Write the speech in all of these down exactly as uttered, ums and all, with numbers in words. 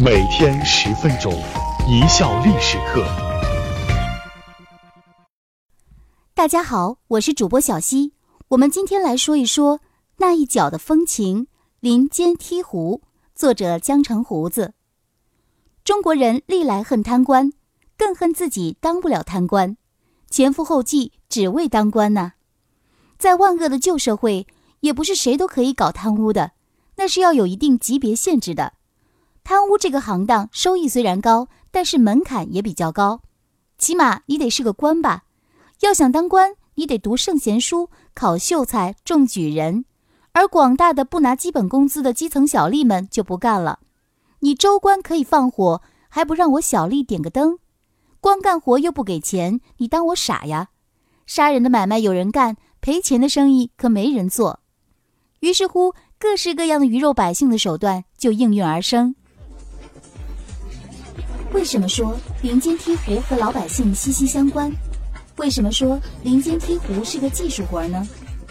每天十分钟，一笑历史课。 大家好，我是主播小溪。我们今天来说一说那一角的风情——林间梯湖。作者江城胡子。中国人历来恨贪官，更恨自己当不了贪官，前赴后继只为当官呢。在万恶的旧社会，也不是谁都可以搞贪污的，那是要有一定级别限制的。贪污这个行当收益虽然高，但是门槛也比较高，起码你得是个官吧。要想当官，你得读圣贤书，考秀才，中举人。而广大的不拿基本工资的基层小吏们就不干了。你州官可以放火，还不让我小吏点个灯？光干活又不给钱，你当我傻呀？杀人的买卖有人干，赔钱的生意可没人做。于是乎，各式各样的鱼肉百姓的手段就应运而生。为什么说林间梯湖和老百姓息息相关？为什么说林间梯湖是个技术活呢？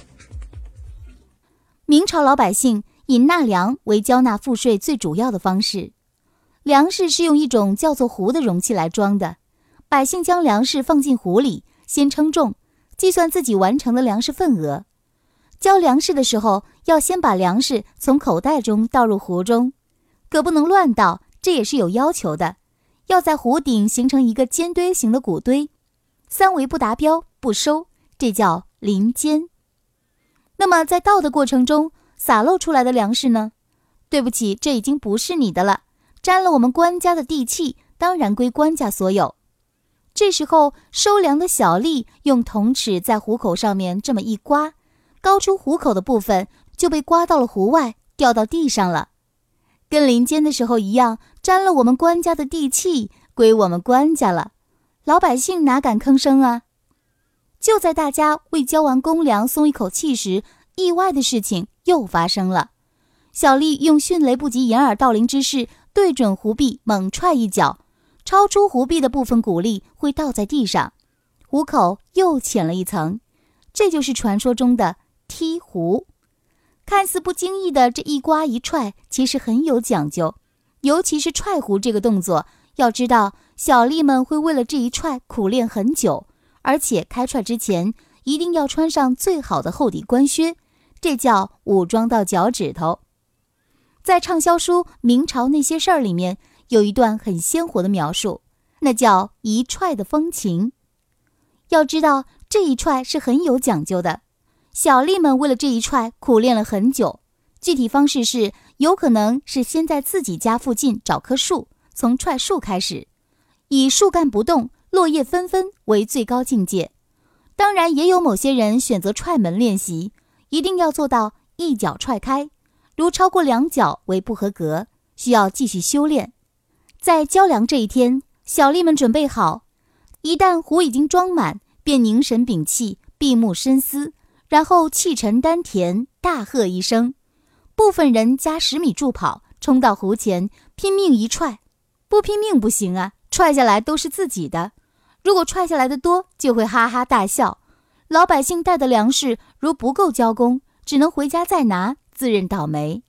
明朝老百姓以纳粮为交纳赋税最主要的方式。粮食是用一种叫做壶的容器来装的，百姓将粮食放进壶里，先称重，计算自己完成的粮食份额。交粮食的时候，要先把粮食从口袋中倒入壶中，可不能乱倒，这也是有要求的。要在壶顶形成一个尖堆形的谷堆，三围不达标不收，这叫林间。那么在倒的过程中，洒漏出来的粮食呢？对不起，这已经不是你的了，沾了我们官家的地气，当然归官家所有。这时候收粮的小吏用铜尺在壶口上面这么一刮，高出壶口的部分就被刮到了壶外，掉到地上了。跟林间的时候一样，沾了我们官家的地气，归我们官家了，老百姓哪敢吭声啊？就在大家未交完公粮松一口气时，意外的事情又发生了。小吏用迅雷不及掩耳盗铃之势，对准壶壁猛踹一脚，超出壶壁的部分谷粒会倒在地上，壶口又浅了一层。这就是传说中的梯壶。看似不经意的这一刮一踹，其实很有讲究。尤其是踹壶这个动作，要知道小吏们会为了这一踹苦练很久，而且开踹之前一定要穿上最好的厚底官靴，这叫武装到脚趾头。在畅销书《明朝那些事儿》里面有一段很鲜活的描述，那叫一踹的风情。要知道这一踹是很有讲究的，小吏们为了这一踹苦练了很久。具体方式是，有可能是先在自己家附近找棵树，从踹树开始，以树干不动，落叶纷纷为最高境界。当然也有某些人选择踹门练习，一定要做到一脚踹开，如超过两脚为不合格，需要继续修炼。在交粮这一天，小吏们准备好，一旦壶已经装满，便凝神屏气，闭目深思，然后气沉丹田，大喝一声。部分人加十米助跑，冲到壶前，拼命一踹。不拼命不行啊，踹下来都是自己的。如果踹下来的多，就会哈哈大笑。老百姓带的粮食如不够交工，只能回家再拿，自认倒霉。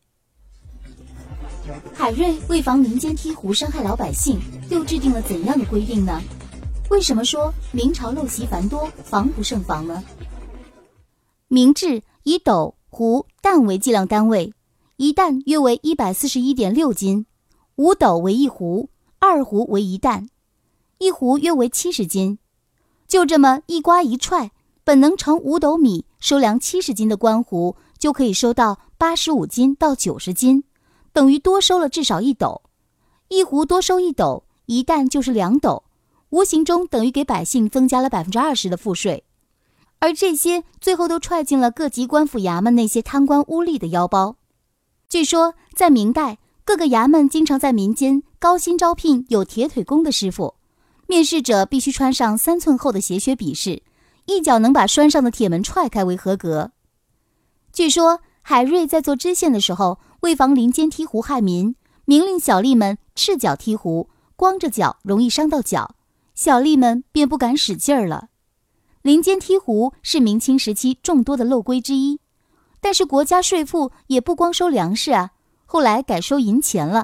海瑞为防民间梯湖伤害老百姓，又制定了怎样的规定呢？为什么说明朝陋习繁多，防不胜防呢？明制以斗、壶、担为计量单位，一担约为 一百四十一点六 斤，五斗为一壶，二壶为一担，一壶约为七十斤。就这么一刮一踹，本能盛五斗米收粮七十斤的官壶就可以收到八十五斤到九十斤，等于多收了至少一斗。一壶多收一斗，一担就是两斗，无形中等于给百姓增加了 百分之二十 的赋税。而这些最后都踹进了各级官府衙门那些贪官污吏的腰包。据说在明代，各个衙门经常在民间高薪招聘有铁腿功的师傅，面试者必须穿上三寸厚的鞋靴笔试，一脚能把栓上的铁门踹开为合格。据说海瑞在做知县的时候，为防林间梯湖害民，明令小吏们赤脚踢湖，光着脚容易伤到脚，小吏们便不敢使劲儿了。林间梯湖是明清时期众多的漏规之一，但是国家税赋也不光收粮食啊，后来改收银钱了，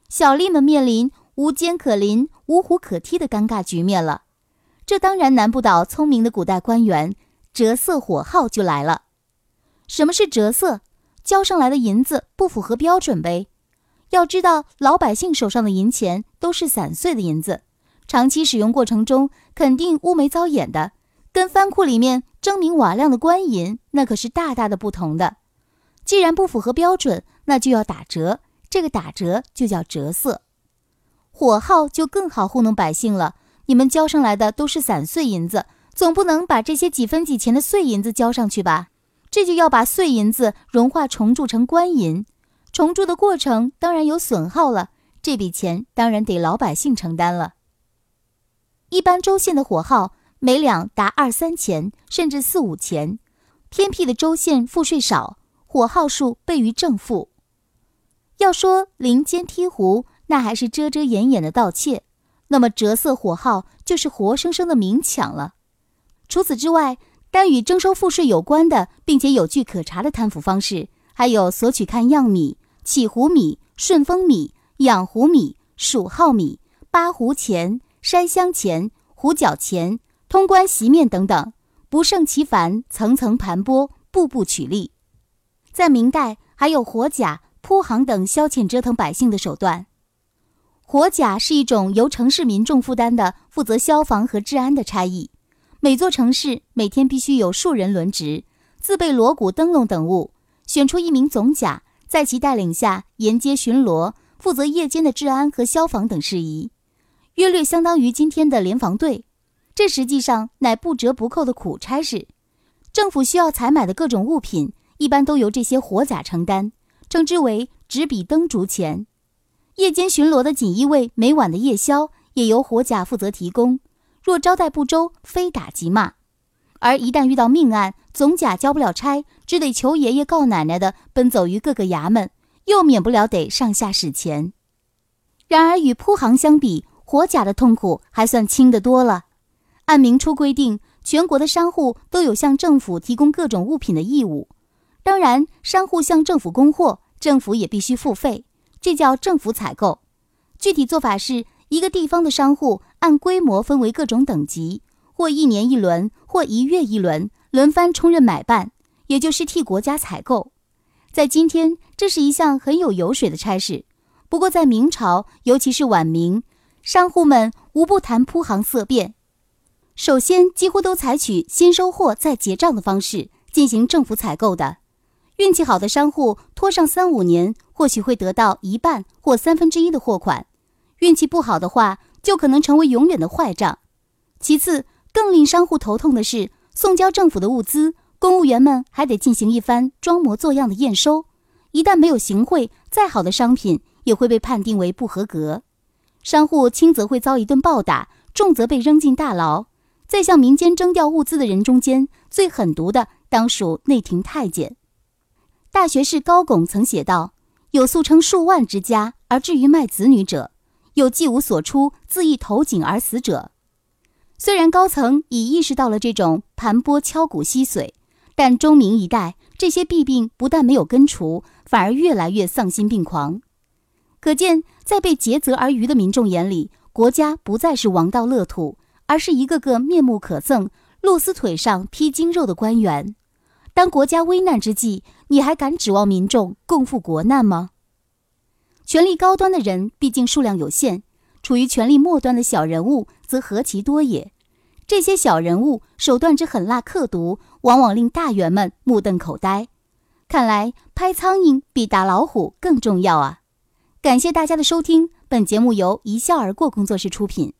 小吏们面临无坚可临、无虎可踢的尴尬局面了。这当然难不倒聪明的古代官员，折色火耗就来了。什么是折色？交上来的银子不符合标准呗。要知道，老百姓手上的银钱都是散碎的银子，长期使用过程中肯定乌眉遭眼的，跟藩库里面锃明瓦亮的官银那可是大大的不同的。既然不符合标准，那就要打折，这个打折就叫折色。火耗就更好糊弄百姓了，你们交上来的都是散碎银子，总不能把这些几分几钱的碎银子交上去吧？这就要把碎银子融化重铸成官银，重铸的过程当然有损耗了，这笔钱当然得老百姓承担了。一般州县的火耗每两达二三钱，甚至四五钱，偏僻的州县赋税少，火耗数倍于正赋。要说林间剔胡，那还是遮遮掩掩的盗窃，那么折色火耗就是活生生的明抢了。除此之外，单与征收赋税有关的并且有据可查的贪腐方式，还有索取看样米、起胡米、顺风米、养胡米、蜀号米、八胡钱、山香钱、胡角钱、通关席面等等，不胜其烦，层层盘剥，步步取利。在明代还有火甲、铺行等消遣折腾百姓的手段。火甲是一种由城市民众负担的负责消防和治安的差役，每座城市每天必须有数人轮值，自备锣鼓灯笼等物，选出一名总甲，在其带领下沿街巡逻，负责夜间的治安和消防等事宜，约略相当于今天的联防队。这实际上乃不折不扣的苦差事。政府需要采买的各种物品，一般都由这些火甲承担，称之为执笔灯烛钱。夜间巡逻的锦衣卫每晚的夜宵也由火甲负责提供，若招待不周，非打即骂。而一旦遇到命案，总甲交不了差，只得求爷爷告奶奶的奔走于各个衙门，又免不了得上下使钱。然而与铺行相比，火甲的痛苦还算轻得多了。按明初规定，全国的商户都有向政府提供各种物品的义务。当然，商户向政府供货，政府也必须付费，这叫政府采购。具体做法是，一个地方的商户按规模分为各种等级，或一年一轮，或一月一轮，轮番充任买办，也就是替国家采购。在今天，这是一项很有油水的差事。不过在明朝，尤其是晚明，商户们无不谈铺行色变。首先，几乎都采取先收货再结账的方式进行政府采购的。运气好的商户拖上三五年，或许会得到一半或三分之一的货款；运气不好的话，就可能成为永远的坏账。其次，更令商户头痛的是，送交政府的物资，公务员们还得进行一番装模作样的验收。一旦没有行贿，再好的商品也会被判定为不合格。商户轻则会遭一顿暴打，重则被扔进大牢。在向民间征调物资的人中间，最狠毒的当属内廷太监。大学士高拱曾写道：有素称数万之家而至于卖子女者，有既无所出，自缢投井而死者。虽然高层已意识到了这种盘剥敲骨吸髓，但中明一代这些弊病不但没有根除，反而越来越丧心病狂。可见，在被劫责而渔的民众眼里，国家不再是王道乐土，而是一个个面目可憎、露丝腿上披筋肉的官员。当国家危难之际，你还敢指望民众共赴国难吗？权力高端的人毕竟数量有限，处于权力末端的小人物则何其多也。这些小人物手段之狠辣刻毒，往往令大员们目瞪口呆。看来拍苍蝇比打老虎更重要啊！感谢大家的收听，本节目由一笑而过工作室出品。